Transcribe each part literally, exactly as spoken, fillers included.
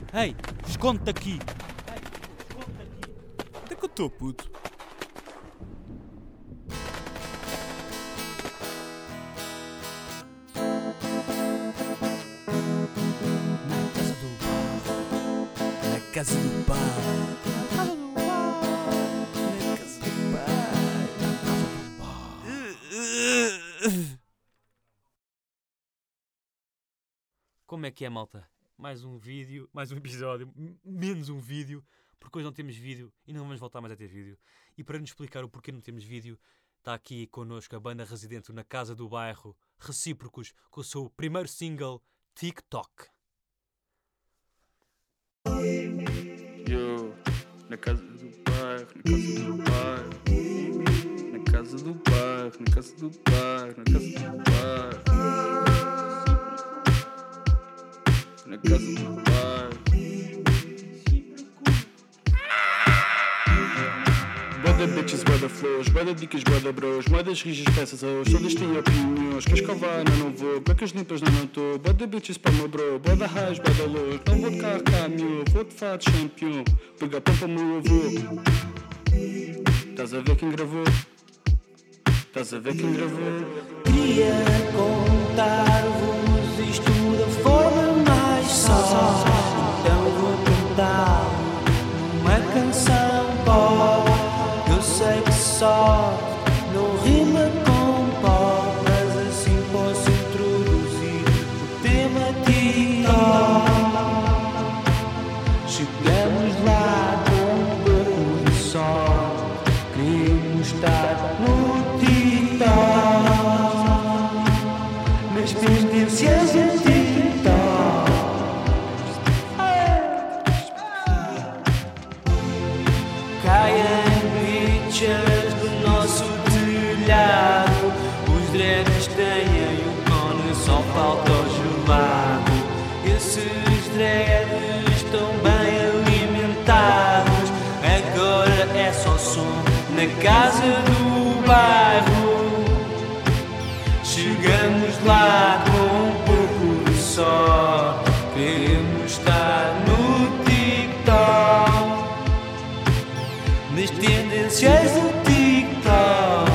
Ei, esconde-te aqui! Ei, esconde-te aqui! Onde é que eu estou, puto? Na casa do pai! Na casa do pai! Na casa do pai! Na casa do pai! Como é que é, malta? Mais um vídeo, mais um episódio, m- menos um vídeo, porque hoje não temos vídeo e não vamos voltar mais a ter vídeo. E para nos explicar o porquê não temos vídeo, está aqui connosco a banda residente na Casa do Bairro, Recíprocos, com o seu primeiro single, TikTok. Yo, na casa do bairro, na casa do bairro. Na casa do bairro, na casa do bairro, na casa do bairro. Na casa do bairro. Bada bitches, bada flows, bada dicas, bada bros, moedas rijas, peças hoje, todas têm opiniões. Queres cavar? Não, não vou, cuecas limpas, não, não tô. Bada bitches para o meu bro, bada raios, bada luz. Não vou de carro, caminho, vou de fato champion. Pega pão para o meu avô. Estás a ver quem gravou? Estás a ver quem gravou? Queria contar-vos isto da forma mais só. Então vou cantar uma canção pop. Eu sei que só não rima com pop, mas assim posso introduzir o tema TikTok. Chegamos lá com um pouco de sol. Queremos estar no TikTok, nas tendências do TikTok. Caem bichas do nosso telhado. Os dreads têm o cone, só falta o gelado. Esses dreads estão bem alimentados. Agora é só som na casa do bairro. Chegamos lá com um pouco de sol. Queremos estar no TikTok, nas tendências do TikTok.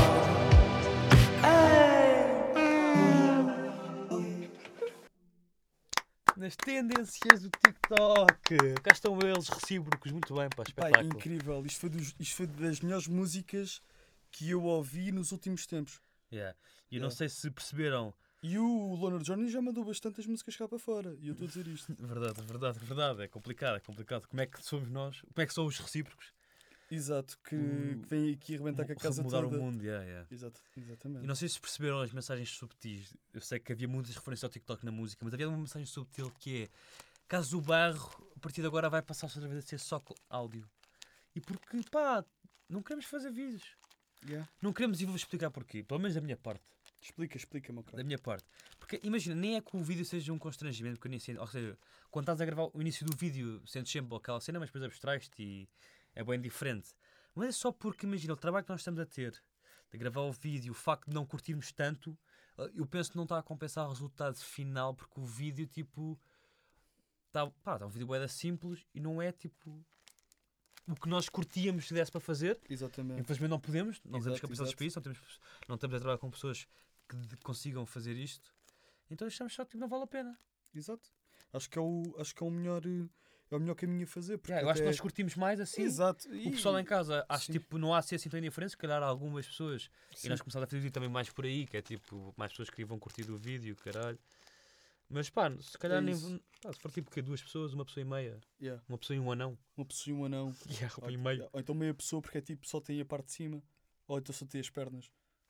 Nas tendências do TikTok. Cá estão eles, recíprocos, muito bem, pá, Pai, espetáculo. incrível. Isto foi, dos, isto foi das melhores músicas que eu ouvi nos últimos tempos. Yeah. E eu não Yeah. sei se perceberam. E o Loner Johnny já mandou bastantes músicas cá para fora. E eu estou a dizer isto. Verdade, verdade, verdade. É complicado, é complicado. Como é que somos nós? Como é que são os recíprocos? Exato, que, O- que vem aqui arrebentar com a casa Mudar toda. o mundo, yeah, yeah. Exato, exatamente. E não sei se perceberam as mensagens subtis. Eu sei que havia muitas referências ao TikTok na música, mas havia uma mensagem subtil que é: Caso do Bairro, a partir de agora vai passar outra vez a ser só áudio. E porque, pá, não queremos fazer vídeos. Yeah. Não queremos, e vou explicar porquê. Pelo menos da minha parte. Explica, explica, meu Da cara. minha parte. Porque imagina, nem é que o vídeo seja um constrangimento, porque eu nem sei, ou seja, quando estás a gravar o início do vídeo, sentes sempre aquela cena, mas depois abstrais-te e é bem diferente. Mas é só porque, imagina, o trabalho que nós estamos a ter de gravar o vídeo, o facto de não curtirmos tanto, eu penso que não está a compensar o resultado final, porque o vídeo, tipo, está, pá, está um vídeo bué da simples e não é, tipo, o que nós curtíamos se desse para fazer. Exatamente. Infelizmente não podemos, não temos Exato, capacidades exato. para isso, não, temos, não estamos a trabalhar com pessoas que de- consigam fazer isto. Então achamos só que tipo, não vale a pena. Exato. Acho que é o, acho que é o melhor, eh, é o melhor caminho a fazer. Porque Yeah, eu acho que até- nós curtimos mais assim. Exato. O pessoal lá em casa, acho Sim. que tipo, não há de ser assim tão indiferente, se calhar há algumas pessoas. Sim. E nós começamos a fazer vídeo também mais por aí, que é tipo, mais pessoas que vão curtir o vídeo, caralho. Mas pá, se calhar É nem. isso. Pá, se for tipo que duas pessoas, uma pessoa e meia, Yeah. uma pessoa e um anão. Uma pessoa e um anão. Yeah, Ou, um e meio. ou então meia pessoa porque é tipo só tem a parte de cima. Ou então só tem as pernas.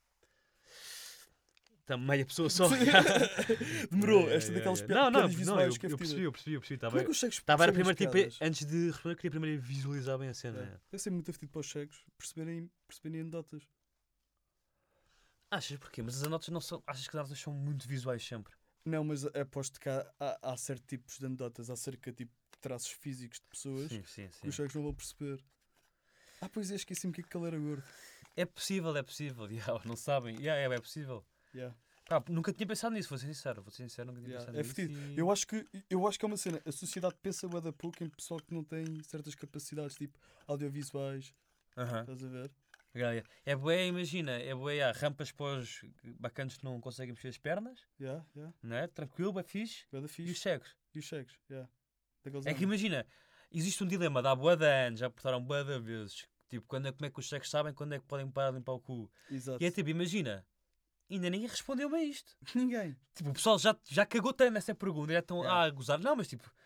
Tá, meia pessoa só. Demorou. Yeah, Esta yeah, daquelas yeah. pi- Não, não, piadas não, visuais eu, que é eu fedida. percebi, eu percebi, eu percebi. Estava Como é que os cegos Estava a percebem primeiro, as tipo, piadas? antes de responder, queria primeiro visualizar bem a cena. É. né? Deve ser muito afetido para os cegos perceberem, perceberem anedotas. Achas porquê? Mas as anedotas não são. Achas que as anedotas são muito visuais sempre? Não, mas aposto que há, há, há certos tipos de anedotas, há cerca tipo, de traços físicos de pessoas Sim, sim, que sim. os cegos não vão perceber. Ah, pois é, esqueci-me que ele era gordo. É possível, é possível. Yeah, não sabem. Yeah, é, é possível. Yeah. Pá, nunca tinha pensado nisso, vou ser sincero. Vou ser sincero, nunca tinha Yeah, pensado é nisso. fedido. e- Eu acho que eu acho que é uma cena. A sociedade pensa bué da pouco em pessoal que não tem certas capacidades, tipo audiovisuais. Aham. Estás a ver? Yeah, yeah. É bué, imagina, é bué, há rampas para os bacanas que não conseguem mexer as pernas, Yeah, yeah. não é? Tranquilo, é fixe. Bué da E os fixe. cegos. E os cegos. Yeah. Daqueles É que anos. imagina, existe um dilema, dá bué de anos, já portaram bué de vezes. Tipo, quando é, como é que os cegos sabem quando é que podem parar de limpar o cu? Exato. E é tipo, imagina, ainda ninguém respondeu-me a isto. Ninguém. Tipo, o pessoal já, já cagou tanto nessa pergunta, já estão Yeah. a gozar. Não, mas tipo,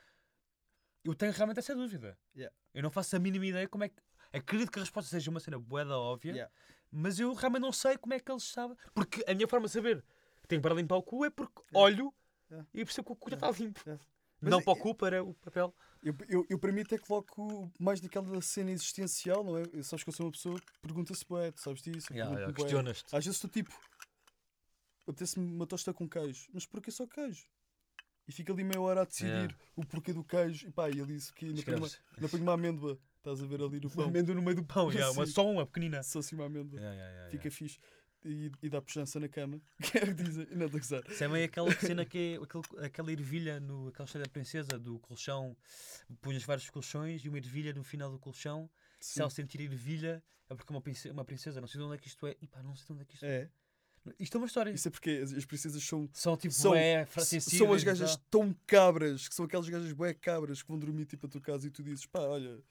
eu tenho realmente essa dúvida. Yeah. Eu não faço a mínima ideia como é que. Acredito que a resposta seja uma cena bué da óbvia, Yeah. mas eu realmente não sei como é que eles sabem. Porque a minha forma de saber que tenho para limpar o cu é porque Yeah. olho Yeah. e percebo que o cu já Yeah. está limpo. Yeah. Mas Não é- para o cu, para o papel. Eu, eu, eu para mim até coloco mais naquela cena existencial, não é? Eu, sabes que eu sou uma pessoa que pergunta-se bué, tu sabes disso? Eu Yeah, yeah, pergunto-me bué. questionas-te. Às vezes estou tipo, apetece-me uma tosta com queijo, mas porquê só queijo? E fica ali meia hora a decidir Yeah. o porquê do queijo. E pá, e ele disse que ainda ponho uma, Escreves. ainda ponho uma amêndoa. Estás a ver ali no Uma pão. amêndoa no meio do pão, yeah, uma, Sim. só uma pequenina. Só assim uma amêndoa. Yeah, yeah, yeah, Fica yeah. fixe. E, e dá pujança na cama. Que é o que dizem. E não estou a gozar. Isso é meio aquela cena que é aquele, aquela ervilha, no, aquela história da princesa, do colchão, punhas vários colchões e uma ervilha no final do colchão. Se Sim. ela sentir ervilha, é porque é uma princesa, uma princesa, não sei de onde é que isto é. E pá, não sei de onde é que isto é. É. Isto é uma história. Isso é porque as, as princesas são. São tipo, São- é, s- São as gajas tão cabras, que são aquelas gajas bué cabras que vão dormir tipo a tua casa e tu dizes, pá, olha,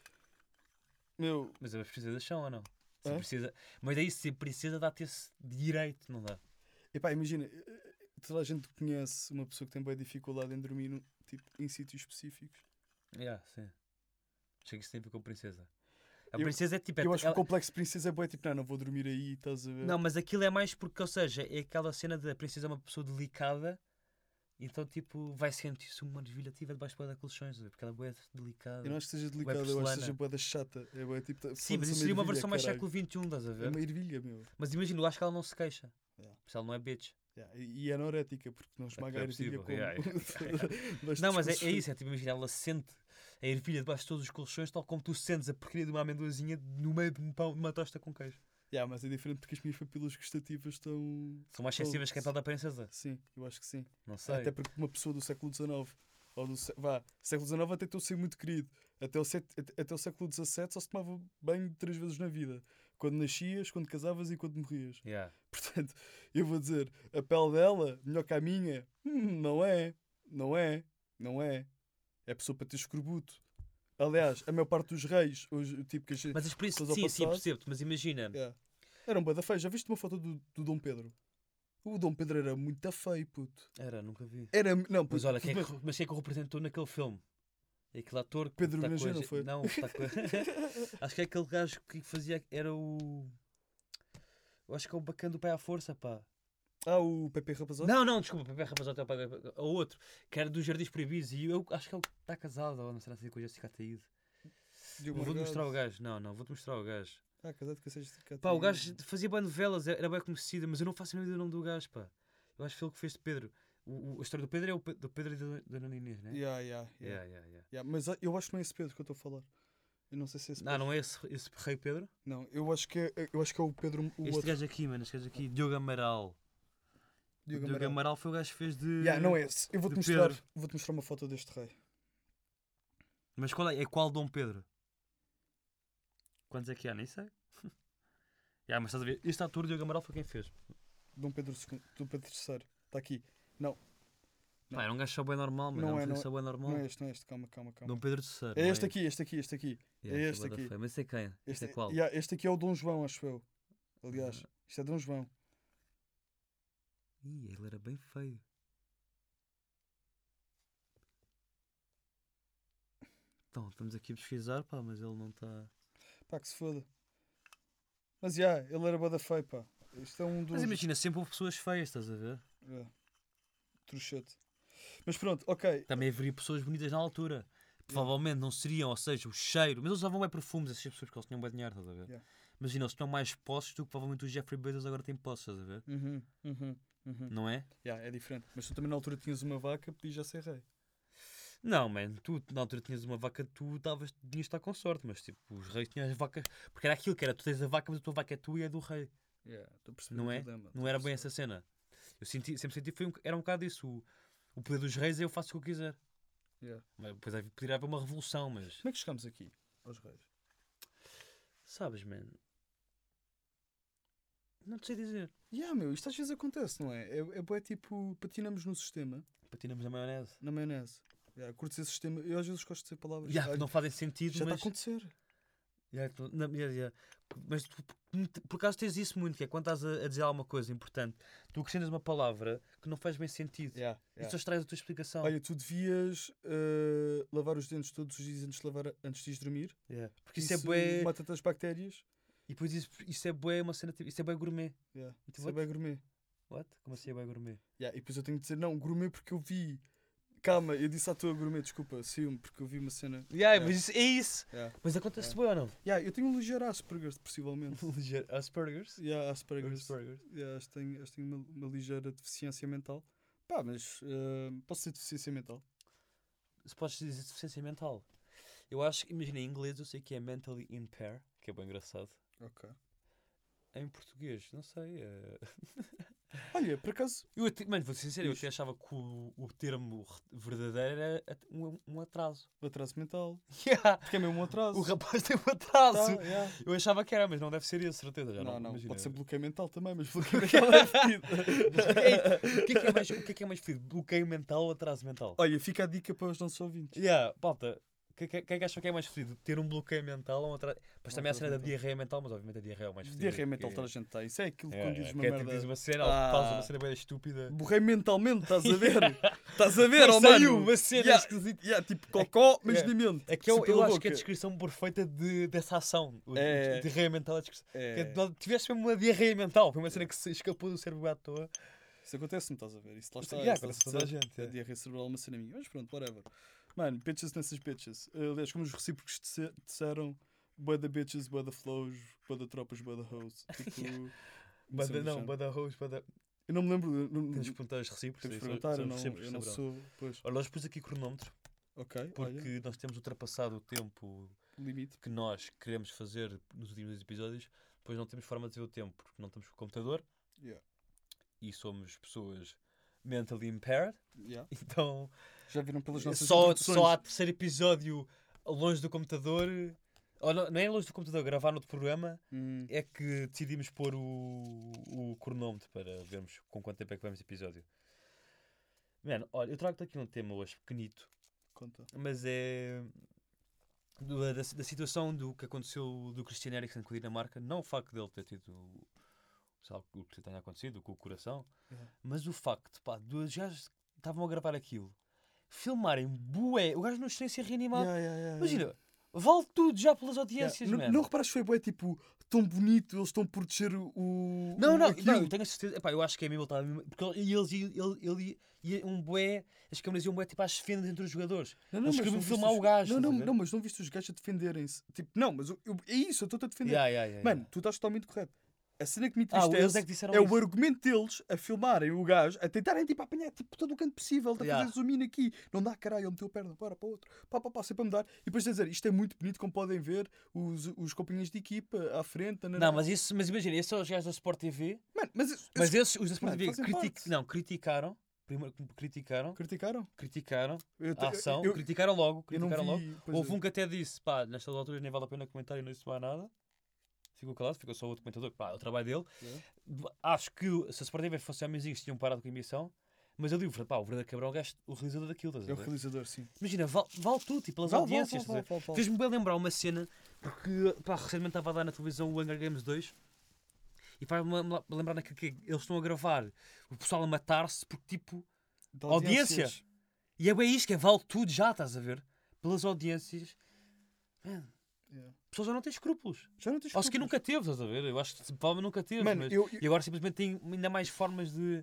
meu, Mas as princesas são ou não? Se Hã? princesa... Mas daí ser princesa dá-te esse direito, não dá? epá, imagina, eh, toda a gente conhece uma pessoa que tem bué dificuldade em dormir no- tipo, em sítios específicos. Yeah, sim. Acho que isso tem a ver com princesa. A Eu- princesa é tipo... Eu acho que ela- o complexo de princesa é bué tipo, não, não vou dormir aí, estás a ver? Não, mas aquilo é mais porque, ou seja, é aquela cena da princesa é uma pessoa delicada, então tipo, vai sentir-se uma ervilha ativa debaixo da colchões, porque ela é bué delicada. Eu não acho que seja delicado, eu acho que porcelana. seja bué da chata. É bué tipo, Sim, foda-se, mas uma isso seria uma ervilha, versão mais caralho. século vinte e um, estás a É ver? uma ervilha, meu. Mas imagina, eu acho que ela não se queixa. Yeah. Porque ela não é bitch. Yeah, E e é anorética, porque não esmaga é a ervilha possível, como. yeah, Debaixo Não, dos mas é, é colchões. isso, é tipo, imagina, ela sente a ervilha debaixo de todos os colchões, tal como tu sentes a porcaria de uma amendoazinha no meio de um pão, de uma tosta com queijo. Yeah, mas é diferente porque as minhas papilas gustativas estão. São mais Então, sensíveis que a pele da princesa. Sim, eu acho que sim. Não sei. Até porque uma pessoa do século dezenove, ou do sé- vá, século dezenove até estou a ser muito querido. Até o, set, até, até o século dezassete só se tomava banho três vezes na vida. Quando nascias, quando casavas e quando morrias. Yeah. Portanto, eu vou dizer, a pele dela, melhor que a minha, Hum, não é, não é, não é. É pessoa para ter escorbuto. Aliás, a maior parte dos reis, hoje, tipo que a gente... Mas as príncipes, Pessoas ao sim, sim, passado. percebo-te, mas imagina. Yeah. Era um bué da feio. Já viste uma foto do, do Dom Pedro? O Dom Pedro era muito feio, puto. Era, nunca vi. Era, não, Mas puto, olha, quem é puto, que, mas quem é que o representou naquele filme? É aquele ator que Pedro tá com Granger, a não ge- foi? Não, tá com a- acho que é aquele gajo que fazia. Era o. Eu acho que é o bacana do Pai à Força, pá. Ah, o Pepe Rapazote? Não, não, desculpa, Pepe Rapazote é o pai do- o outro, que era dos Jardins Proibidos. E eu acho que ele está casado, ou não será assim com a Jessica Ataíde. Diogo Vou-te Morgado. mostrar o gajo. Não, não, vou-te mostrar o gajo. Ah, casado com a Jessica Pá, o Ataíde. gajo fazia bem novelas, era bem conhecido, mas eu não faço a mesma ideia do nome do gajo, pá. Eu acho que foi ele que fez de Pedro. O, o- a história do Pedro é o Pe- do Pedro e da, da Dona Inês, né? Yeah, yeah, yeah. Yeah, yeah, yeah. Yeah, mas ah, eu acho que não é esse Pedro que eu estou a falar. Eu não sei se é esse Não, Pedro. não é esse, esse rei Pedro? Não, eu acho que é, eu acho que é o Pedro, o Este outro. gajo aqui, mano, este gajo aqui, Diogo Amaral. Diogo Diogo Amaral. Amaral foi o gajo que fez de. Yeah, não é esse. Eu vou-te de mostrar, Pedro. vou-te mostrar uma foto deste rei. Mas qual é? É qual Dom Pedro? Quantos é que há? Nem sei. yeah, mas estás a ver? Este ator, Diogo Amaral, foi quem fez. Dom Pedro segundo, Dom Pedro terceiro. Está aqui. Não, Pá, era um gajo só bem normal, mano. Não Não é, é, não só bem normal. não é este, não é este. Calma, calma, calma. Dom Pedro terceiro. É não este aqui, este aqui, este aqui. Yeah, é este este bué da aqui. feio. Mas sei quem. Este, Este, é qual? yeah, este aqui é o Dom João, acho eu. Aliás, Ah. isto é Dom João. Ih, ele era bem feio. Então, estamos aqui a pesquisar, pá, mas ele não está. Pá, que se foda. Mas já, yeah, ele era bada feio, pá. Isto é um dos. Mas imagina, sempre houve pessoas feias, estás a ver? Yeah. Trouxete. Mas pronto, ok. Também haveria pessoas bonitas na altura. Provavelmente não seriam, ou seja, o cheiro. Mas eles usavam bem perfumes, essas pessoas, porque eles tinham bem dinheiro, estás a ver? Yeah. Imagina, eles tinham mais posses do que provavelmente o Jeffrey Bezos agora tem posses, estás a ver? Uhum, uhum, uhum. Não é? Yeah, é diferente. Mas tu também na altura tinhas uma vaca, podias já ser rei. Não, man, tu na altura tinhas uma vaca, tu davas, tinhas de estar com sorte, mas tipo, os reis tinham as vacas. Porque era aquilo que era, tu tens a vaca, mas a tua vaca é tua e é do rei. Yeah, estou a perceber Não o é? dilema, estou Não a era bem perceber. essa cena. Eu senti, sempre senti que foi um, era um bocado isso. O, o poder dos reis é eu faço o que eu quiser. Yeah. Mas depois é- poderia haver uma revolução, mas. Como é que chegamos aqui aos reis? Sabes, man? Não te sei dizer. Yeah, meu, isto às vezes acontece, não é? É, é bué tipo, patinamos no sistema, Patinamos a maionese. na maionese. Yeah, curto esse sistema. Eu às vezes gosto de dizer palavras. Já, que Olha, não fazem sentido, já está a mas. acontecer. Já, tu- não, já, já. Mas tu, por- por acaso tens isso muito, que é quando estás a, a dizer alguma coisa importante, tu acrescentas uma palavra que não faz bem sentido. Yeah, E yeah. só traz a tua explicação. Olha, tu devias eh, lavar os dentes todos os dias antes de, lavar, antes de ires dormir. Yeah. Porque isso, é bué. mata-te as bactérias. E depois isso, isso é bué uma cena. tipo- Isso é bué gourmet. Yeah. E tu Isso é what? bem gourmet. What? Como assim é bué gourmet? Yeah, e depois eu tenho de dizer, não, gourmet porque eu vi. Calma, eu disse à tua gourmet, desculpa, saiu-me porque eu vi uma cena. Yeah, Yeah. mas isso, é isso. Yeah. Mas acontece Yeah. bué ou não? Yeah, eu tenho um ligeiro Asperger's, possivelmente. Ligeiro. Asperger's? Yeah, Asperger's. Asperger's. Yeah, acho que tenho, acho que tenho uma, uma ligeira deficiência mental. Pá, mas eh, posso ter deficiência mental. Se podes dizer deficiência mental. Eu acho que, imagina, em inglês eu sei que é mentally impaired, que é bem engraçado. Ok. Em português, não sei. é- Olha, por acaso. Eu até, mano, vou ser sincero, eu Diz. até achava que o, o termo re- verdadeiro era at- um, um atraso. Atraso mental. Yeah. Porque é mesmo um atraso. O rapaz tem um atraso. Tá, yeah. Eu achava que era, mas não deve ser isso, certeza. Já Não, não, não, imagina. pode ser bloqueio mental também, mas bloqueio mental é fedido. Mas o que é- o que é que é mais, o que é que é mais fedido? Bloqueio mental ou atraso mental? Olha, fica a dica para os nossos ouvintes. Yeah, pauta. Quem que, que é que acham que é mais fedido? Ter um bloqueio mental ou um atraso? Pois também há a atraso cena da mental. diarreia mental, mas obviamente a diarreia é o mais fedido. Diarreia mental É- toda a gente tem. Isso é aquilo que é, quando é, dizes uma que é tipo, merda. diz uma cena, Ah. faz uma cena bem estúpida. Borrei mentalmente, estás a ver? Estás a ver, Mas oh saiu mano? uma cena Yeah, esquisita. yeah, tipo cocó, mas é- de mente. É que eu, Assim eu pela acho que é a boca. descrição perfeita de, dessa ação. O, É. o, diarreia mental é a descrição. Que É, é, tu tiveste mesmo uma diarreia mental. Foi uma cena que se escapou do cérebro à toa. isso acontece-me, estás a ver? Isso lá está. Yeah, isso acontece lá a toda a está. gente, A é. diarreia cerebral é uma cena minha. Mas pronto, whatever. Mano, bitches nessas bitches. Uh, Aliás, como os recíprocos disse- disseram, bué da bitches, bué da flows, bué da tropas, bué da hoes. Tipo, uma Bada, cena do não, género. bada host, bada... Eu não me lembro. eu Não, Temos que perguntar aos recíprocos. temos que isso, perguntar, eu são não, recíprocos, eu não saberão. sou. Pois, Olha, nós pus aqui cronómetro, ok, porque olha, nós temos ultrapassado o tempo limite. que nós queremos fazer nos últimos episódios, depois não temos forma de ver o tempo, porque não estamos com o computador Yeah. e somos pessoas mentally impaired, Yeah. então Já viram pelas nossas só, introduções? só há terceiro episódio longe do computador, ou não, não é longe do computador, gravar no outro programa, Hum, é que decidimos pôr o, o cronómetro para vermos com quanto tempo é que vamos de episódio. Mano, olha, eu trago-te aqui um tema hoje pequenito, conta. mas é do- da, da situação do que aconteceu do Christian Eriksen com a Dinamarca, não o facto dele ter tido sabe, o que tenha acontecido com o coração, Yeah. mas o facto, pá, dos gajos que estavam a gravar aquilo, filmarem bué, o gajo não está a ser reanimado. Yeah, yeah, yeah, Imagina, yeah. vale tudo já pelas Yeah. audiências, Não, mano. não reparaste que foi bué, tipo, tão bonito, eles estão a proteger o. o- Não, o- não, aquilo. não, eu tenho a certeza. Epá, eu acho que é mesmo, ele estava mesmo- porque ele- e eles iam- ele, ele, ia um bué, as câmeras iam bué tipo às fendas entre os jogadores. Não, Eles mas queriam não viste filmar os- o gajo, Não, estás não, a ver? não, mas não viste os gajos a defenderem-se. Tipo, não, mas eu, eu- é isso, eu estou-te a defender. Yeah, yeah, yeah, Mano, yeah. tu estás totalmente correto. A cena que me Ah, eles entristece é que disseram é isso. o argumento deles a filmarem o gajo, a tentarem tipo, apanhar tipo, todo o canto possível, a Yeah. fazer zoom in aqui. Não dá, caralho, ele meteu a perna, para, para o outro, pá, pá, pá, sempre a mudar. E depois a dizer, isto é muito bonito, como podem ver, os, os companheiros de equipa à frente. nanana. Não, mas isso, mas imagina, esses são os gajos da Sport T V, Mano, mas, esses- mas esses, os da Sport Mano, T V, fazem critic, parte. não, criticaram, primeiro criticaram, criticaram? criticaram Eu, te- a ação, eu, criticaram logo, eu não criticaram logo. vi. pois Houve é. um que até disse, pá, nestas alturas nem vale a pena comentar e não disse mais nada. Ficou calado, ficou só o outro comentador, pá, é o trabalho dele. Yeah. Acho que se a Sport T V fosse homens tinham parado com a emissão, mas eu digo, pá, o verdadeiro Cabral é o gajo, o realizador daquilo, estás É a o ver? realizador, sim. Imagina, vale, vale tudo, tipo, pelas Vale, vale, audiências, vale, estás a ver? vale, vale. Fez-me bem lembrar uma cena, porque, pá, recentemente estava a dar na televisão o Hunger Games dois, e faz-me lem- lembrar naquilo que eles estão a gravar, o pessoal a matar-se, porque, tipo, De audiência. audiências. e é bem isto, que é vale tudo já, estás a ver? Pelas audiências. Man, Yeah. a pessoa já não tem escrúpulos. Já não tens Ou se que escrúpulos. nunca teve, estás a ver? Eu acho que provavelmente nunca teve, Mano, mas... eu, eu- E agora simplesmente tem ainda mais formas de...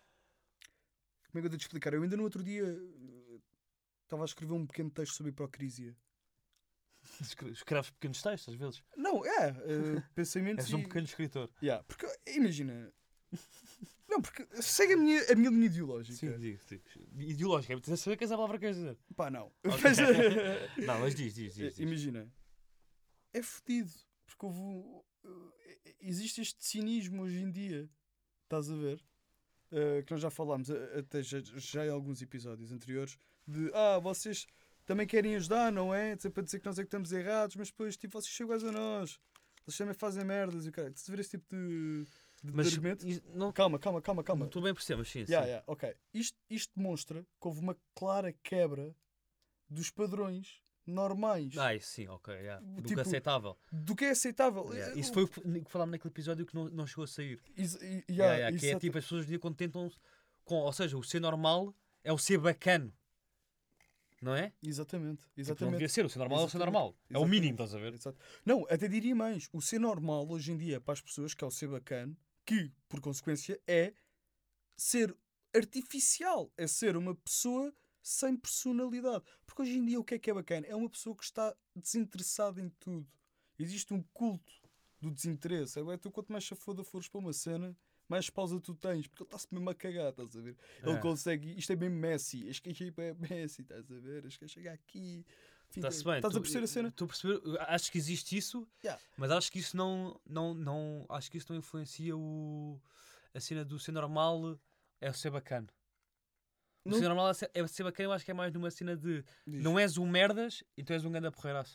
como é que eu tenho de explicar? Eu ainda no outro dia eh, estava a escrever um pequeno texto sobre hipocrisia. Escre- Escreves pequenos textos, às vezes. Não, é, eh, pensamentos És um e- pequeno escritor. Yeah, porque, imagina... Não, porque segue a minha, a minha linha ideológica. Sim, digo, digo. Ideológico, é preciso saber que essa palavra quer dizer. Pá, não. Ok. Mas, Não, mas diz, diz, diz. diz. imagina, é fodido, porque houve um- eh, existe este cinismo hoje em dia, estás a ver? uh, que nós já falámos uh, até já, já em alguns episódios anteriores, de ah, vocês também querem ajudar, não é? Dizer para dizer que nós é que estamos errados, mas depois tipo, vocês são iguais a nós. Vocês também fazem merdas e o cara. Estás a ver esse tipo de, de, Mas de argumento? is- não, Calma, calma, calma, calma. não estou bem a perceber, mas sim, Yeah, sim. yeah, ok. Isto, isto demonstra que houve uma clara quebra dos padrões normais. Ah, isso sim, ok. Yeah. Do Tipo, que aceitável. Do que é aceitável. Yeah. Eh, Isso o- foi o que que falámos naquele episódio que não, não chegou a sair. Is- e- Yeah, yeah, yeah, que é exato- tipo, as pessoas hoje em dia contentam-se com. Ou seja, o ser normal é o ser bacano. Não é? Exatamente, Tipo, não exatamente. devia ser. O ser normal é o ser Exatamente. normal. É o Exatamente. mínimo, estás a ver? Exato. Não, até diria mais. O ser normal hoje em dia para as pessoas, que é o ser bacana, que, por consequência, é ser artificial. É ser uma pessoa sem personalidade. Porque hoje em dia o que é que é bacana? É uma pessoa que está desinteressada em tudo. Existe um culto do desinteresse. É, tu quanto mais chafoda fores para uma cena, mais pausa tu tens. Porque ele está-se mesmo a cagar, estás a ver? Ele É. consegue... Isto é bem Messi. Acho que a equipa é Messi, estás a ver? Acho que chega aqui... Enfim, Está-se bem. Estás a tu- perceber a cena? Estou a perceber. eu Acho que existe isso, Yeah. mas acho que isso não, não, não. Acho que isso não influencia o, a cena do ser normal é o ser bacana. O Não- ser normal é ser, é ser bacana, eu acho que é mais numa cena de Diz. não és um merdas e tu és um ganda porreiraço.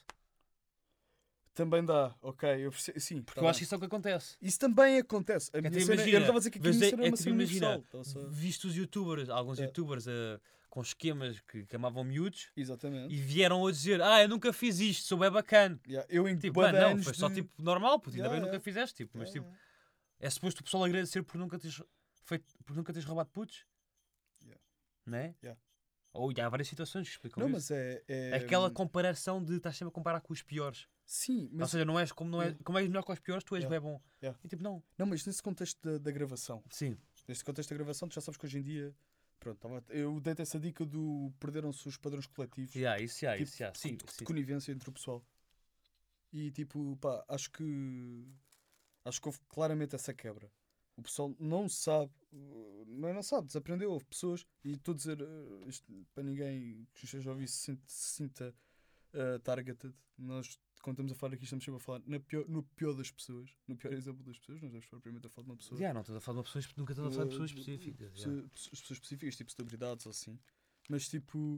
Também dá, ok, eu percebo, sim. Porque tá eu acho bem. que isso é o que acontece. Isso também acontece. A É minha tipo, cena, eu imagina, não estava a dizer que aqui a vês minha é- cena é é uma tipo, cena imagina, universal. Estava só- Visto os youtubers, alguns É. youtubers eh, com esquemas que, que amavam miúdos Exatamente. e vieram a dizer: Ah, eu nunca fiz isto, sou bem bacana. Yeah, eu em Tipo, bué mano, de não, anos foi só de- tipo normal, puto, ainda Yeah, bem yeah. nunca fizeste. Tipo, mas Yeah, tipo, é suposto o pessoal agradecer por nunca teres feito, por nunca teres roubado putos, Yeah. não é? Yeah. Ou e há várias situações que explicam Não, isso. mas é... é... Aquela comparação de estás sempre a comparar com os piores. Sim, Ou mas... seja, não és como, não és, Yeah. como és melhor que os piores, tu és Yeah. bem bom. Yeah. E tipo, não. Não, mas nesse contexto da, da gravação. Sim. Nesse contexto da gravação, tu já sabes que hoje em dia... Pronto, tava- eu dei-te essa dica do... Perderam-se os padrões coletivos. Yeah, isso, yeah, Tipo, isso, yeah. Sim, de sim. conivência entre o pessoal. E tipo, pá, acho que acho que houve claramente essa quebra. O pessoal não sabe, uh, não é não sabe, desaprendeu. Houve pessoas, e estou a dizer uh, isto para ninguém que esteja a ouvir se sinta, se sinta uh, targeted. Nós, quando estamos a falar aqui, estamos sempre a falar na pior, no pior das pessoas, no pior exemplo das pessoas. Não estamos propriamente a falar de uma pessoa. Yeah, não estás a falar de uma pessoa, nunca estás a falar de pessoas Uh, específicas. pessoa- yeah. pessoas pessoas específicas, tipo celebridades ou assim. Mas tipo.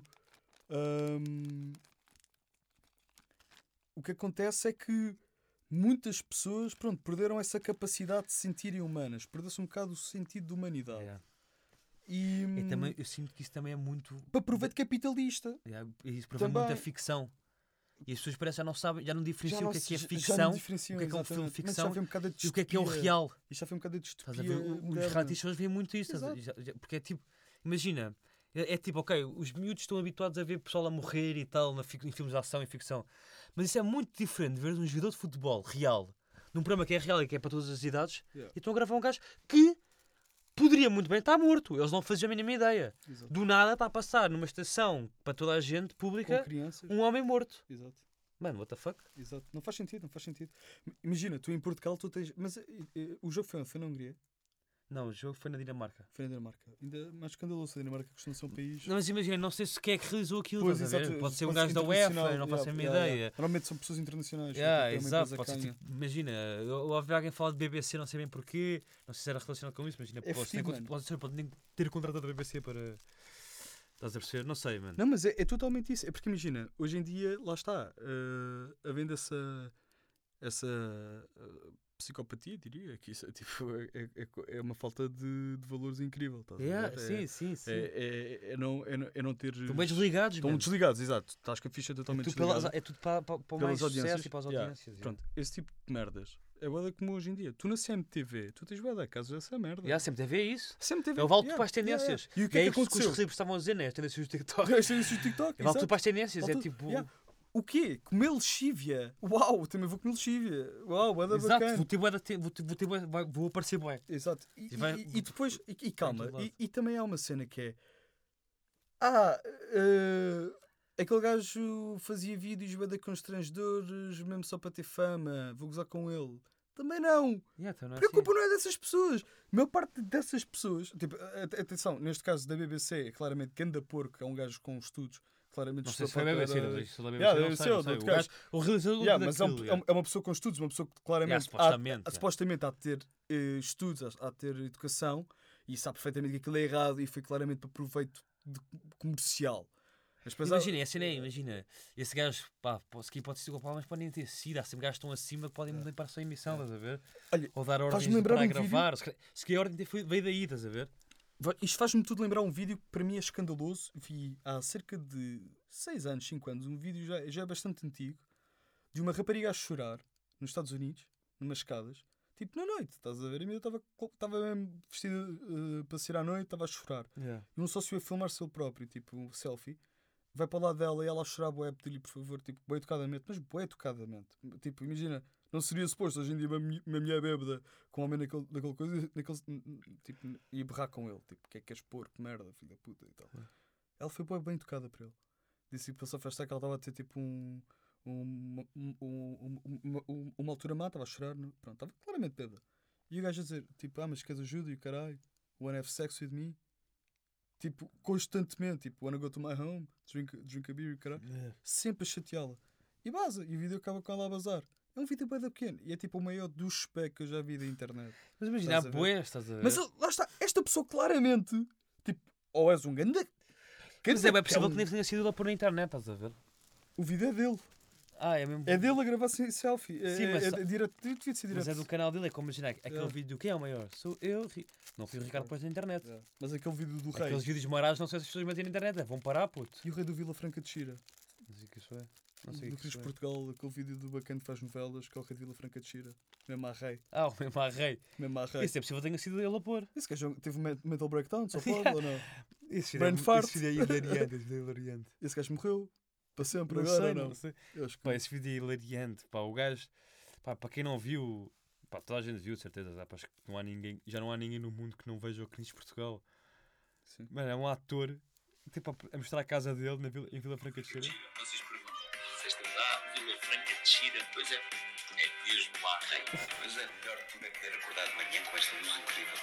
hum, o que acontece é que muitas pessoas, pronto, perderam essa capacidade de se sentirem humanas. Perdeu-se um bocado o sentido de humanidade. Yeah. E, E hum, também, eu sinto que isso também é muito. para proveito capitalista. Yeah, isso provém Também. muita ficção. E as pessoas parecem já não sabem, já não diferenciam não o que é que é se- já ficção não diferenciam, o que é que é um filme de exatamente. Mas ficção já foi um bocado de e o que é que é o distopia. real. Isto já foi um bocado de Estás a distopia ver? O- Os moderna. reality shows veem muito isso. estás a- Exato. já- já- Porque é tipo, imagina, é, é tipo, ok, os miúdos estão habituados a ver pessoal a morrer e tal na, fic- em filmes de ação e ficção. Mas isso é muito diferente de ver um jogador de futebol real, num programa que é real e que é para todas as idades, Yeah. e estão a gravar um gajo que poderia muito bem estar morto. Eles não faziam a mínima ideia. Exato. Do nada está a passar numa estação para toda a gente Com pública crianças. um homem morto. Exato. Mano, what the fuck? Exato. Não faz sentido, não faz sentido. Imagina, tu em Portugal tu tens. Mas eh, eh, o jogo foi, onde? Foi na Hungria? Não, o jogo foi na Dinamarca. Foi na Dinamarca. Ainda mais escandaloso a Dinamarca, que costuma ser um país. Não, mas imagina, não sei se quem é que realizou aquilo, Pois, estás a ver? exato, Pode ser um pode gajo da internacional, UEFA, não faço a yeah, minha yeah, ideia. yeah. Normalmente são pessoas internacionais. Yeah, porque é uma exato, empresa pode ser canha. tipo, imagina, eu eu ouvi alguém falar de B B C, não sei bem porquê, não sei se era relacionado com isso, imagina, É pode, fedido, nem, mano. pode, ser, pode nem ter contratado a B B C para. Estás a perceber? Não sei, mano. Não, mas é, é totalmente isso. É porque imagina, hoje em dia, lá está, eh, havendo essa, essa eh, psicopatia, diria, que isso é, tipo, é, é- é uma falta de, de valores incrível. Estás a Yeah, ver? sim, É- sim, sim. É, é, é não, é, não, é não ter. Estão bem desligados, Estão mano. desligados, exato. Estás com a ficha É totalmente tudo, pelas- desligada. é tudo para, para, para o Pelas mais audiências. sucesso e para as Yeah. audiências. yeah. Pronto, esse tipo de merdas é bué como hoje em dia. Tu na C M T V, tu tens bué de casos dessa merda. Yeah, sempre deve ver isso. C M T V, É o vale yeah, para as yeah, tendências. yeah. E o que é é que isso que os aconteceu? recibos estavam a dizer, né? As tendências do TikTok. As tendências do TikTok, Vale tudo exato. para as tendências, Vale é tudo. tipo. Yeah. O quê? Comer lexívia? Uau, também vou comer lexívia. Uau, é da Exato, bacana. vou ter bué da te- vou ter- vou ter bué- vai- vou aparecer bué. Exato. E, E vai- e- e depois, e, e calma, todo lado. e, e também há uma cena que é. Ah, eh, aquele gajo fazia vídeos bué de constrangedores mesmo só para ter fama, vou gozar com ele. Também não. Yeah, então não é Porque a assim. culpa não é dessas pessoas. A maior parte dessas pessoas. Tipo, a- a- atenção, neste caso da B B C, é claramente Ganda Porco, é um gajo com estudos. Claramente Não sei se estudou foi a para B B C, cada- não sei se foi a B B C, Yeah, não deve sei, ser, não sei. outro O gajo- gajo. O realizador Yeah, mas é, um- daquilo, é um- é uma pessoa com estudos, uma pessoa que claramente Yeah, supostamente, há, há, yeah. supostamente há de ter eh, estudos, há, há de ter educação, e sabe perfeitamente que aquilo é errado e foi claramente para proveito de- comercial. Mas depois há- Imagina, essa nem, imagina, esse gajo, pá, se aqui pode ser culpado, mas podem ter sido. Há sempre gajos que estão acima que podem limpar a sua emissão, estás a ver? Olha, Ou dar faz-me ordens de lembrar parar a um vídeo- gravar. Se calhar- se calhar a ordem foi- veio daí, estás a ver? Va- Isto faz-me tudo lembrar um vídeo que para mim é escandaloso. Vi há cerca de seis anos, cinco anos, um vídeo já, já é bastante antigo, de uma rapariga a chorar nos Estados Unidos, numas escadas, tipo na noite, estás a ver? A minha estava estava mesmo vestida eh, para sair à noite, estava a chorar. E um sócio a filmar-se ele próprio, tipo um selfie, vai para o lado dela e ela a chorar, bué, pedir-lhe por favor, tipo, bué educadamente, mas bué educadamente. Tipo, imagina, não seria suposto hoje em dia uma, mulher- uma mulher bêbada com um homem naquele, naquele coisa, naquele, tipo, e berrar com ele, tipo, o que é que queres pôr, que merda, filho da puta e tal. Ela foi bué bem educada para ele. Disse que passou a festa que ela estava a ter tipo um. um- um- um- um- uma, um- uma altura má, estava a chorar, não? Pronto, estava claramente bêbada. E o gajo a dizer, tipo, ah, mas queres ajuda? E o caralho, wanna have sex with me? Tipo, constantemente, tipo, wanna go to my home, drink, drink a beer e o caralho. Sempre a chateá-la. E baza, e o vídeo acaba com ela a bazar. É um vídeo bem da pequeno e é tipo o maior dos spec que eu já vi da internet. Mas imagina, há Estás a ver? boés, estás a ver? Mas lá está, esta pessoa claramente, tipo, ou és um ganda. Mas é bem possível um- que nem tenha sido ele a pôr na internet, estás a ver? O vídeo é dele. Ah, é mesmo. É dele a gravar sem selfie. É, Sim, mas é, só- é, direto, devia ser direto. Mas é do canal dele, é como imaginar aquele Yeah. vídeo, quem é o maior? Sou eu, Ri- não fui o Ricardo depois na internet. Yeah. Mas aquele vídeo do rei. Aqueles vídeos marados, não sei se as pessoas metem na internet, é, vão parar, puto. E o rei do Vila Franca de Xira. Não sei o que isso é. Não sei o Do que Cris isso é. Portugal, aquele vídeo do bacana que faz novelas, que é o rei de Vila Franca de Xira. Mesmo à rei. Ah, o mesmo a rei. Mesmo à rei. Isso é possível que tenha sido ele a pôr. Esse gajo teve um men- mental breakdown, só pode ou não? Esse Brain fart. esse vídeo é hilariante, esse vídeo é hilariante. Esse gajo morreu. Para sempre Não agora sei, ou não? não sei. Eu acho que Pá, esse vídeo é hilariante. Pá, o gajo, pá, para quem não viu, pá, toda a gente viu, de certeza. Pá, acho que não há ninguém, já não há ninguém no mundo que não veja o Cris Portugal. Sim. Mano, é um ator tipo, a, a mostrar a casa dele na Vila, em Vila Franca de Xira. Vocês perguntam, vocês estão lá, Vila Franca de Xira, pois é, é mesmo lá rei. Mas é melhor do que poder acordar de manhã com esta luz incrível,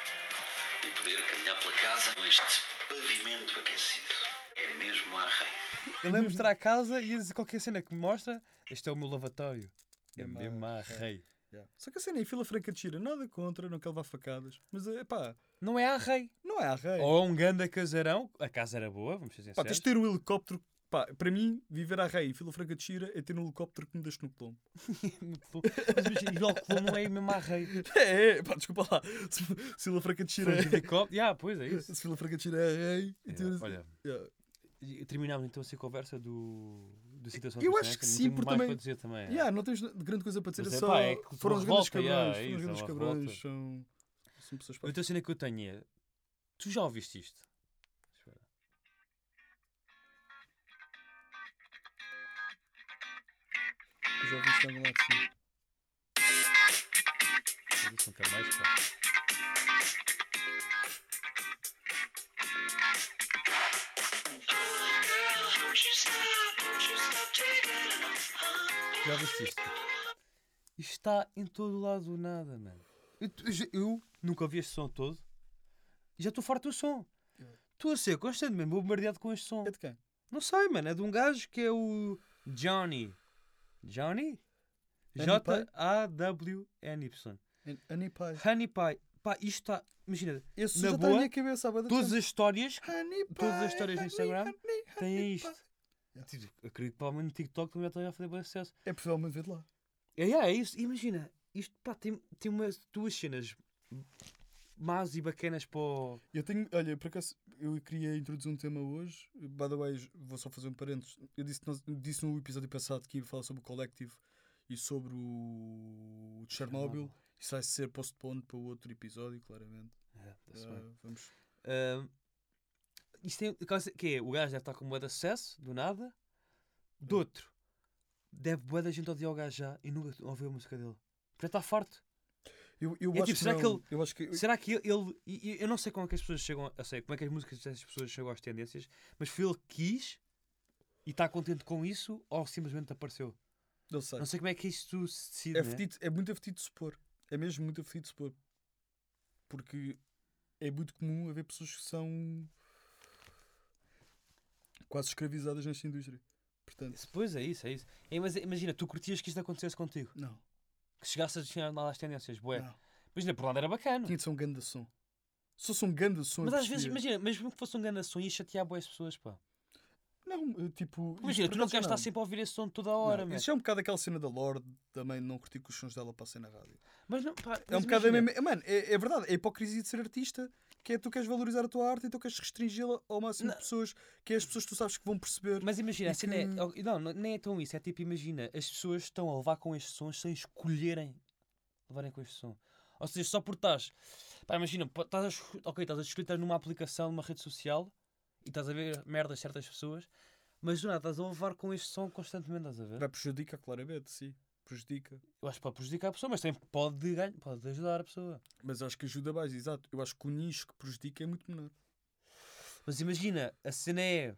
não? E poder caminhar pela casa com este pavimento aquecido. É mesmo a rei. Ele ia mostrar a casa e ia dizer qualquer cena que me mostra, este é o meu lavatório. É Mesmo mesmo a a rei. Yeah. Só que a cena é em Vila Franca de Xira, nada contra, não quer levar facadas. Mas é pá, Não é a rei. não é a rei. Ou é um ganda casarão, a casa era boa, vamos ser Pá, tens sinceros. de ter um helicóptero. Pá, para mim, viver à rei em Vila Franca de Xira é ter um helicóptero que me deixe no Colombo. Mas imagina, e logo que não é mesmo a rei. É, é, pá, desculpa lá. Se, se Vila Franca de Xira Foi é. de helicóptero. Yeah, pois é isso. Se Vila Franca de Xira é a rei. Yeah, então- olha, Yeah. e terminámos então assim a conversa do, do situação Eu do acho que Não sim, tenho porque mais também- para dizer também. Yeah, não tens grande coisa para dizer, Mas é é só. pá, é que foram uma os grandes revolta, yeah, cabrões. é foram os isso, é grandes uma cabrões. revolta. São. São pessoas A outra cena que eu tenho é. Tu já ouviste isto? Espera. Eu já ouvi isto em algum lado, sim. Eu disse, não quero mais, pá. Já ouviste isto? Isto está em todo lado do nada, mano. Eu, eu- eu nunca ouvi este som todo e já estou farto do som. Estou a ser constantemente bombardeado com este som. É de quem? Não sei, mano. É de um gajo que é o Johnny. Johnny? Honey J A W N Y. Honey Pie. Honey Pie. Pá, isto está. Imagina, Esse na já está boa, na minha cabeça há bué de todas tempo. as histórias Honey Pie, todas as histórias no honey, Instagram honey, têm honey isto. pie. Tipo, eu acredito que provavelmente no TikTok também já está a fazer bom sucesso. É possivelmente ver de lá. É, é, é isso. Imagina, isto pá, tem, tem umas duas cenas más e bacanas para o. Eu tenho, olha, por acaso, eu queria introduzir um tema hoje. By the way, vou só fazer um parênteses. Eu disse, nós- disse no episódio passado que ia falar sobre o Collective e sobre o, o de Chernobyl. Isso vai ser postponed para outro episódio, claramente. É, tá-se Ah, bem. vamos. Ahm, isto tem, que é, o gajo deve estar com bué de acesso, do nada. Do outro, deve bué da gente odiar o gajo já e nunca ouviu a música dele. Já está farto. Eu, eu É acho tipo, que será não. que ele- Eu acho que. Será que ele, ele- e- e eu não sei como é que as pessoas chegam, a sei como é que as músicas dessas pessoas chegam às tendências, mas foi ele que quis e está contente com isso ou simplesmente apareceu? Não sei. Não sei como é que isto se decide, É, né? fedido, é muito afetido de supor. É mesmo muito afetido de supor. Porque é muito comum haver pessoas que são quase escravizadas nesta indústria. Portanto, Pois é isso, é isso. É, mas imagina, tu curtias que isto acontecesse contigo, não. que chegasse a chegar lá às tendências, bué. não. Imagina, por lá era bacana. Tinha de ser um grande som. Se fosse um ganda som. Mas eu às vezes, percebia. imagina, mesmo que fosse um grande som, ia chatear boas pessoas, pá. Não, eh, tipo. Imagina, isto tu por não acaso queres estar sempre a ouvir esse som toda a hora, Não, man. isso já é um bocado aquela cena da Lorde, também não curti que os sons dela passem na rádio. Mas não, pá, É um mas bocado a imagina, mesma. Mano, é, é verdade, é a hipocrisia de ser artista, que é tu queres valorizar a tua arte, então queres restringi-la ao máximo de Não. pessoas, que é as pessoas que tu sabes que vão perceber. Mas imagina, E a cena é. que- Não, não, nem é tão isso. É tipo, imagina, as pessoas estão a levar com estes sons sem escolherem levarem com este som. Ou seja, só por estás. Pá, imagina, pá, estás a, esco- ok, estás a escolher, estás numa aplicação, numa rede social e estás a ver merdas de certas pessoas, mas do nada estás a levar com este som constantemente, estás a ver? Vai prejudicar, claramente, sim. Prejudica. Eu acho que pode prejudicar a pessoa, mas também pode, ganhar, pode ajudar a pessoa. Mas acho que ajuda mais, exato. Eu acho que o nicho que prejudica é muito menor. Mas imagina, a cena é.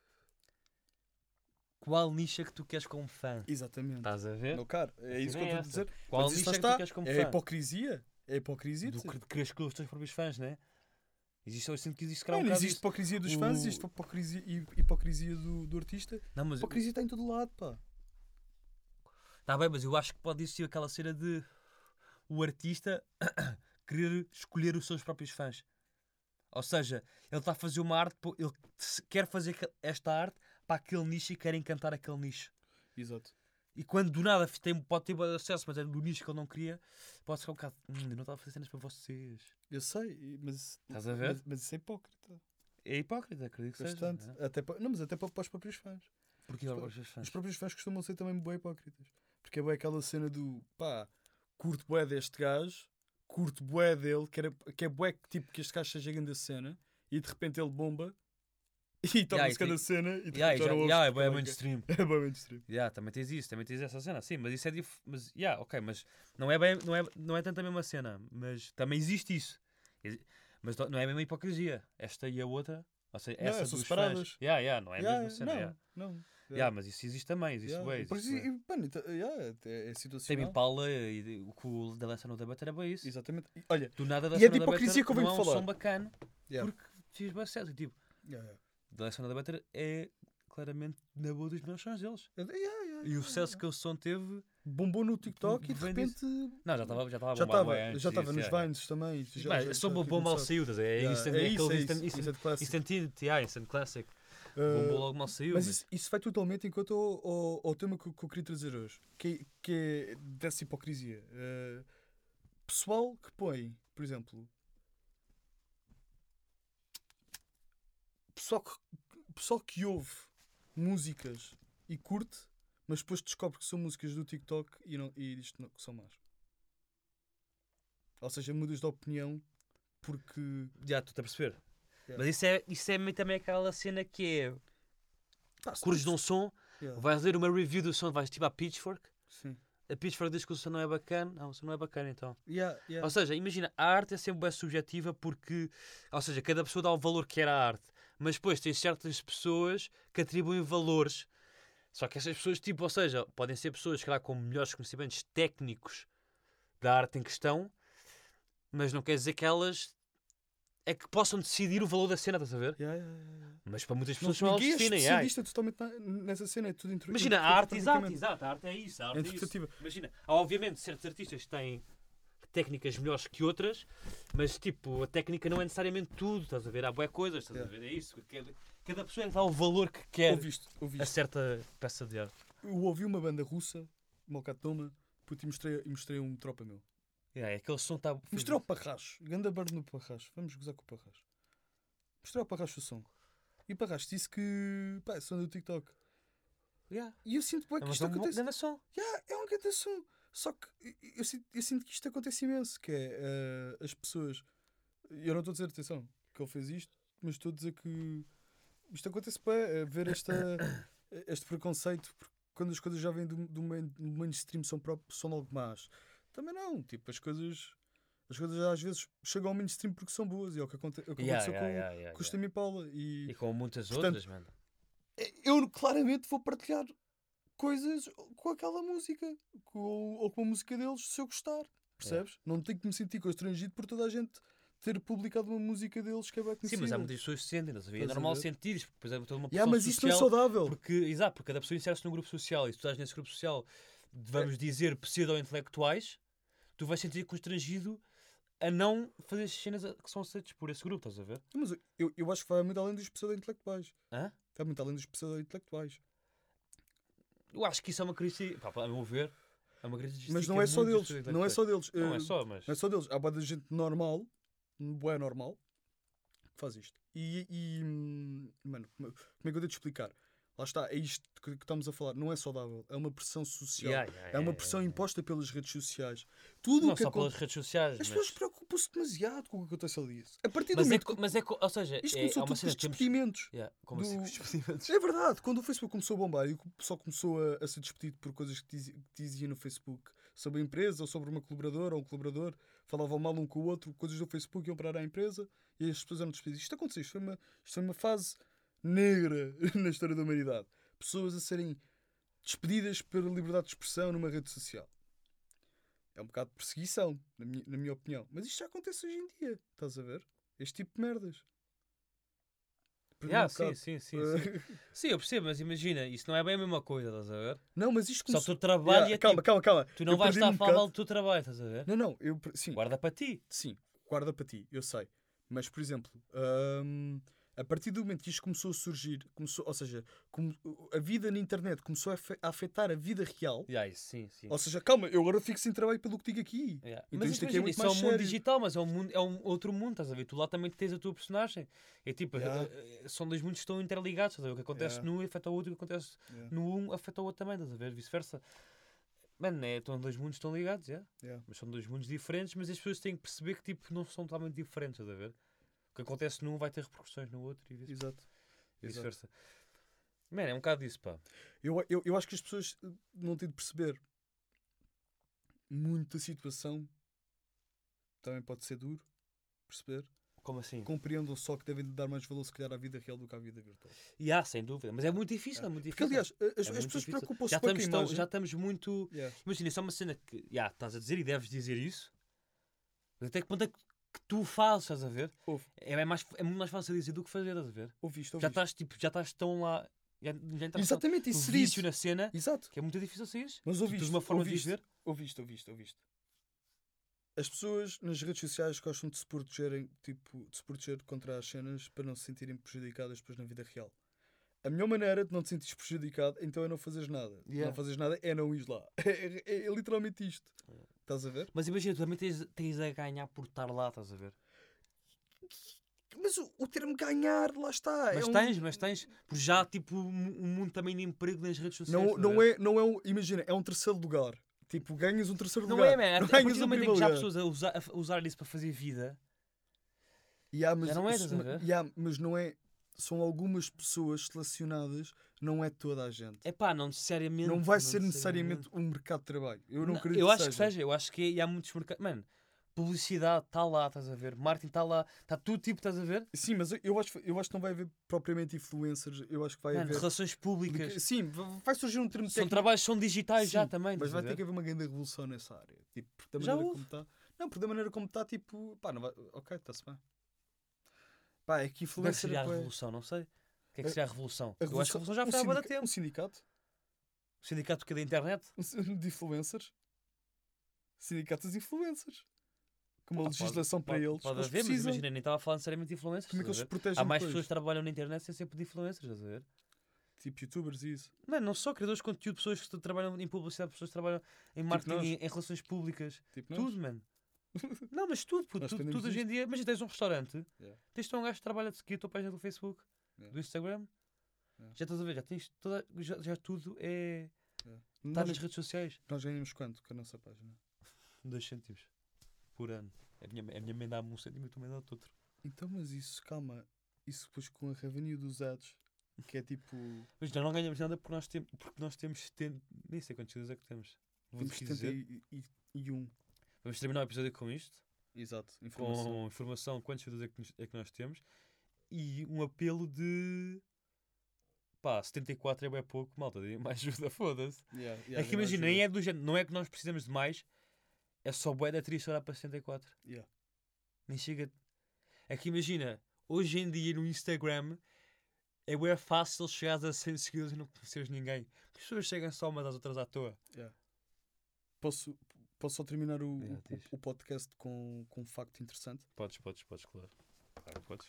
Qual nicho é que tu queres como fã? Exatamente. Estás a ver? Meu caro, é isso que cena eu é estou a essa. dizer. Qual Mas isso nicho lá é que tu está. queres como É fã? a hipocrisia. É a hipocrisia. Do de ser- que queres com os teus próprios fãs, não é? Existe, eu sinto que existe, se calhar, um Mano, bocado existe disso. hipocrisia dos fãs, O- existe hipocrisia, hi- hipocrisia do, do artista. Não, mas Hipocrisia está em todo lado, pá. tá bem, mas eu acho que pode existir aquela cena de o artista querer escolher os seus próprios fãs. Ou seja, ele está a fazer uma arte, pô, ele se- quer fazer que- esta arte para aquele nicho e quer encantar aquele nicho. Exato. E quando do nada tem, pode ter acesso, mas é do nicho que ele não queria, pode ficar um bocado. Hum, eu não estava a fazer cenas para vocês. Eu sei, mas. Estás a ver? Mas, mas isso é hipócrita. É hipócrita, acredito que Bastante. seja. É? Até pa- não, mas até para, para os próprios fãs. Porque Os os seus fãs. Os próprios fãs costumam ser também bué hipócritas. Porque é bué aquela cena do pá, curto bué deste gajo, curto bué dele, que, era, que é bué que tipo que este gajo seja grande cena e de repente ele bomba e torna-se e grande tem- cena e de Yeah, repente já já- não ouves yeah, é porque bué ele mainstream. É bué mainstream. Yeah, também tens isso, também tens essa cena, sim, mas isso é dif... mas, yeah, ok, mas não é, bem, não, é, não é tanto a mesma cena, mas também existe isso. Exi- Mas não é a mesma hipocrisia, esta e a outra, ou seja, Não, essa são dos separadas. fãs. Yeah, yeah, não é a Yeah, mesma cena, não, yeah. não. Yeah. Yeah, mas isso existe também, existe Yeah. bué, E existe por isso- bué. e, mano, então, yeah, é, é Tame situacional. Impala e o que o The Lesson of the Better é bem isso. Exatamente. E, olha, Do nada The E é Lesson de of the hipocrisia Better que eu venho não é um falar. som bacana, Yeah. porque fiz bem certo, e tipo, yeah, yeah. The Lesson of the Better é claramente na boa dos meus sons deles. Yeah, yeah, E o yeah, sucesso yeah. que o som teve, Bombou no TikTok e de Vem repente não, já estava já estava já bombado bué estava antes já estava disso, nos yeah. Vines também. Já, Bem, já- só já bombou tinha mal começado. saiu, estás a ver? É Yeah, instant, é é isso, aquele é instant, isso, instant, instant classic. instant, yeah, instant classic. Uh, Bombou logo mal saiu. Mas Mas isso, isso vai totalmente enquanto ao, ao, ao tema que, eu- que eu queria trazer hoje, que, que é dessa hipocrisia. Uh, pessoal que põe, por exemplo, pessoal que, pessoal que ouve músicas e curte, mas depois descobre que são músicas do TikTok e, não, e diz que não- que são más. Ou seja, mudas de opinião porque. já estou a perceber. Yeah. Mas isso é, isso é meio também aquela cena que é Pá, se curtes de tu- um som, Yeah. vais ler uma review do som, vais tipo à Pitchfork. Sim. A Pitchfork diz que o som não é bacana. Não, o som não é bacana então. Yeah, yeah. Ou seja, imagina, a arte é sempre bem subjetiva porque, ou seja, cada pessoa dá o valor que quer à arte, mas depois tem certas pessoas que atribuem valores. Só que essas pessoas, tipo, ou seja, podem ser pessoas que lá com melhores conhecimentos técnicos da arte em questão, mas não quer dizer que elas é que possam decidir o valor da cena, estás a ver? Yeah, yeah, yeah, yeah. Mas para muitas Não, pessoas não elas ninguém é definem. ai. especialista totalmente na- nessa cena, é tudo intro- Imagina, a arte, exato, interpretativamente. exato, a arte é isso. A arte É é isso. interpretativa. Imagina, há obviamente certos artistas que têm técnicas melhores que outras, mas tipo, a técnica não é necessariamente tudo, estás a ver? Há boas coisas, estás a Yeah. ver? É isso. Cada, cada pessoa é que dá o valor que quer Ouviste, a ouviste. certa peça de arte. Eu ouvi uma banda russa, Mokatoma, puto, e mostrei, e mostrei um tropa meu. Yeah, aquele som está. Mostrei ao Parracho, ganda bardo no Parracho. Vamos gozar com o Parracho. Mostrei ao Parracho o som. E o Parracho disse que, pá, é som do TikTok. Yeah. E eu sinto bem que Mas isto é um bom acontece. grande som. Yeah, é um grande som. Só que eu- eu, sinto, eu sinto que isto acontece imenso. Que é eh, as pessoas. Eu não estou a dizer, atenção, que ele fez isto, mas estou a dizer que isto acontece para ver esta, este preconceito. Porque quando as coisas já vêm do, do, main, do mainstream são, próprio, são logo más. Também não. Tipo, as coisas. As coisas às vezes chegam ao mainstream porque são boas. E é o que, aconte, é o que Yeah, aconteceu yeah, com, yeah, yeah, com o yeah. Tame Impala. E, E com muitas Portanto, outras, mano. eu claramente vou partilhar coisas com aquela música com, ou com a música deles se eu gostar, percebes? Não tenho que me sentir constrangido por toda a gente ter publicado uma música deles que é bem Sim, conhecida. mas há muitas pessoas que sentem, estás a ver? É Estás a normal ver? sentir isso, porque depois é toda uma Yeah, pressão mas isso não é social. saudável. Porque, exato, porque cada pessoa insere-se num grupo social e se tu estás nesse grupo social, vamos dizer, pseudo-intelectuais, tu vais sentir constrangido a não fazer as cenas a- que são aceitas por esse grupo, estás a ver? Mas eu- eu, eu acho que vai muito além dos pseudo-intelectuais. Hã? Vai muito além dos pseudo-intelectuais. Eu acho que isso é uma crítica, pá, a meu ver, é uma crítica. Mas não é só deles. Não é só deles. Não é Eh, só, mas. Não é só deles. Há boa de gente normal, boa normal, que faz isto. E, e, hum, mano, como como é que eu devo te explicar? Lá está, é isto que, que estamos a falar. Não é saudável. É uma pressão social. Yeah, yeah, É uma yeah, pressão yeah, yeah. imposta pelas redes sociais. Tudo Não o que só acon- pelas redes sociais, As mas. pessoas preocupam-se demasiado com o que acontece ali. A partir do Mas é, momento co- que mas é, co- ou seja, isto é, começou é uma tudo com cena os que temos. despedimentos. Yeah, como do- assim, com os despedimentos? É verdade, quando o Facebook começou a bombar e o pessoal começou a, a ser despedido por coisas que, dizi, que dizia no Facebook sobre a empresa ou sobre uma colaboradora ou um colaborador, falavam mal um com o outro, coisas do Facebook iam parar à empresa e as pessoas eram despedidas. Isto aconteceu, isto foi uma, isto foi uma fase negra na história da humanidade. Pessoas a serem despedidas pela liberdade de expressão numa rede social. É um bocado de perseguição, na minha, na minha opinião. Mas isto já acontece hoje em dia, estás a ver? Este tipo de merdas. Perdi Yeah, um sim, bocado. sim, sim, sim. Sim, eu percebo, mas imagina, isso não é bem a mesma coisa, estás a ver? Não, mas isto Só o começou... teu trabalho Yeah, é calma, tipo, calma, calma. tu não Eu vais perdi-me estar a um falar mal bocado. do teu trabalho, estás a ver? Não, não, eu... Sim, Guarda para ti. sim, guarda para ti, eu sei. Mas, por exemplo, hum, a partir do momento que isto começou a surgir, começou, ou seja, como- a vida na internet começou a, afe- a afetar a vida real, Yeah, isso, sim, sim. ou seja, calma, eu agora fico sem trabalho pelo que digo aqui. Yeah. Então Mas isto isto aqui é imagina, muito isso é mais um mundo sério. digital, mas é um, mundo, é um outro mundo, estás a ver? Tu lá também tens a tua personagem. É tipo, Yeah. eh, eh, são dois mundos que estão interligados, estás a ver? O que acontece Yeah. num afeta o outro, o que acontece Yeah. no um afeta o outro também, estás a ver? Vice-versa. Mano, né? Estão dois mundos estão ligados, yeah. Yeah. Mas são dois mundos diferentes, mas as pessoas têm que perceber que tipo, não são totalmente diferentes, estás a ver? O que acontece num vai ter repercussões no outro e vice- Exato. Exato. vice-versa. Mano, é um bocado isso, pá. Eu, eu, eu acho que as pessoas eh, não têm de perceber muito a situação. Também pode ser duro perceber. Como assim? Compreendam só que devem de dar mais valor, se calhar, à vida real do que à vida virtual. E há, sem dúvida. Mas é muito difícil, é muito Porque, difícil. aliás, as, É as muito pessoas difícil. preocupam-se já com a estamos, tão- imagem. já estamos muito. Yeah. Imagina, isso é uma cena que já estás a dizer e deves dizer isso. Mas até que ponto é que, que tu fazes, estás a ver? Ouve. É, é mais, é muito mais fácil dizer do que fazer, estás a ver? Ouviste, Já ouviste. estás, tipo, já estás tão lá. Já, já entraste Exatamente, no isso vício na cena Exato. que é muito difícil sair. Mas Tu ouviste, tens uma forma ouviste, de viver. ouviste, ouviste, ouviste. As pessoas nas redes sociais gostam de se protegerem, tipo, de se proteger contra as cenas para não se sentirem prejudicadas depois na vida real. A melhor maneira de não te sentires prejudicado então é não fazeres nada. Yeah. Não fazeres nada é não ir lá. É, é- é literalmente isto. Estás a ver? Mas imagina, tu também tens, tens a ganhar por estar lá, estás a ver? Mas o, o termo ganhar, lá está. Mas é um- tens, mas tens. Por já, tipo, um um mundo também de emprego nas redes sociais. Não, estás a não, ver? é, não é um. Imagina, é um terceiro lugar. Tipo, ganhas um terceiro Não lugar. é, man. A Não partir ganhas do um momento em primeiro que já há lugar. pessoas a usar, a usar isso para fazer vida. Yeah, mas, Já não é, isso- estás a ver? yeah, mas não é. São algumas pessoas selecionadas, não é toda a gente. É pá, não necessariamente. Não vai ser necessariamente um mercado de trabalho. Eu não, acredito eu que acho seja. que seja, eu acho que é, e há muitos mercados. Mano, publicidade está lá, estás a ver? Marketing está lá, está tudo tipo, estás a ver? Sim, mas eu- eu acho, eu acho que não vai haver propriamente influencers. Eu acho que vai Mano, haver. relações públicas. Sim, v- vai surgir um termo São técnico. trabalhos que são digitais já Sim, também. Mas estás vai a ter ver? que haver uma grande revolução nessa área. Tipo, porque da Já maneira houve. como está. Não, porque da maneira como está, tipo. Pá, não vai. Ok, está-se bem. Pá, é que O que é que influencer. seria a é bué- revolução? Não sei. O que é que A- seria a revolução? a Eu acho que a revolução já um foi há muito sindica- tempo. Um sindicato O sindicato que é da internet? um sin- de influencers. Sindicatos de influencers. Com uma Ah, legislação pode, para pode, eles. Pode eles haver, mas precisam. imagina, nem estava a falar necessariamente de influencers. Como é que eles estás se a ver? protegem Há mais depois? pessoas que trabalham na internet sem ser de influencers, estás a ver? Tipo youtubers e isso. Mano, não só criadores de conteúdo, pessoas que trabalham em publicidade, pessoas que trabalham em marketing, nós. em, em relações públicas. Tipo nós. Tudo, mano. Não, mas tudo, puto, Nós tudo, dependemos tudo hoje em dia. Imagina, tens um restaurante, Yeah. tens um gajo que trabalha de seguir a tua página do Facebook, Yeah. do Instagram. Yeah. Já estás a ver, já tens toda, já, já tudo é. Yeah. Está Nós, nas redes sociais. nós ganhamos quanto com a nossa página? dois cêntimos por ano. A minha, a minha mãe dá-me um cêntimo e tu me dá outro. Então, mas isso, calma. Isso depois com a revenue dos ads, que é tipo. Mas nós não ganhamos nada porque nós temos, porque nós temos setenta, nem sei quantos seguidores é que temos. Vou Temos aqui setenta dizer. e, e, e um. Vamos terminar o episódio com isto. Exato. Informação. Com informação de quantos seguidores é que, nos- é que nós temos e um apelo de pá, setenta e quatro é bem pouco, malta, dê mais ajuda, foda-se. Yeah, yeah, É que dê mais imagina, nem ajuda. é do género, não é que nós precisamos de mais, é só bué da triste olhar para setenta e quatro. Yeah. Nem chega. É que imagina, hoje em dia no Instagram é bué fácil chegares a cem seguidores e não conheceres ninguém. As pessoas chegam só umas às outras à toa. Yeah. Posso, posso só terminar o, Yeah, o, diz. o podcast com, com um facto interessante? Podes, podes, podes, claro. Claro, podes.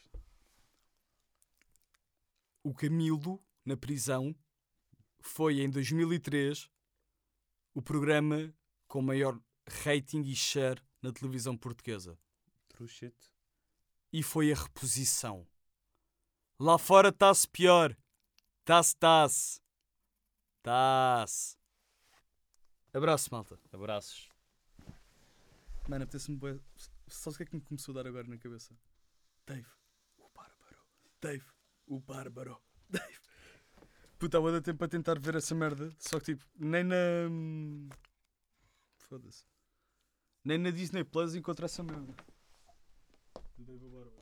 O Camilo, na prisão, foi em dois mil e três o programa com maior rating e share na televisão portuguesa. True shit. E foi a reposição. Lá fora está-se pior. Está-se, está-se. Está-se. Abraço, malta. Abraços. Mano, apetece-me bué. Sabes o que é que me começou a dar agora na cabeça? Dave, o Bárbaro. Dave, o Bárbaro. Dave. Puta, há tempo para tentar ver essa merda. Só que tipo, nem na... Foda-se. Nem na Disney Plus encontro essa merda. Do Dave o Bárbaro.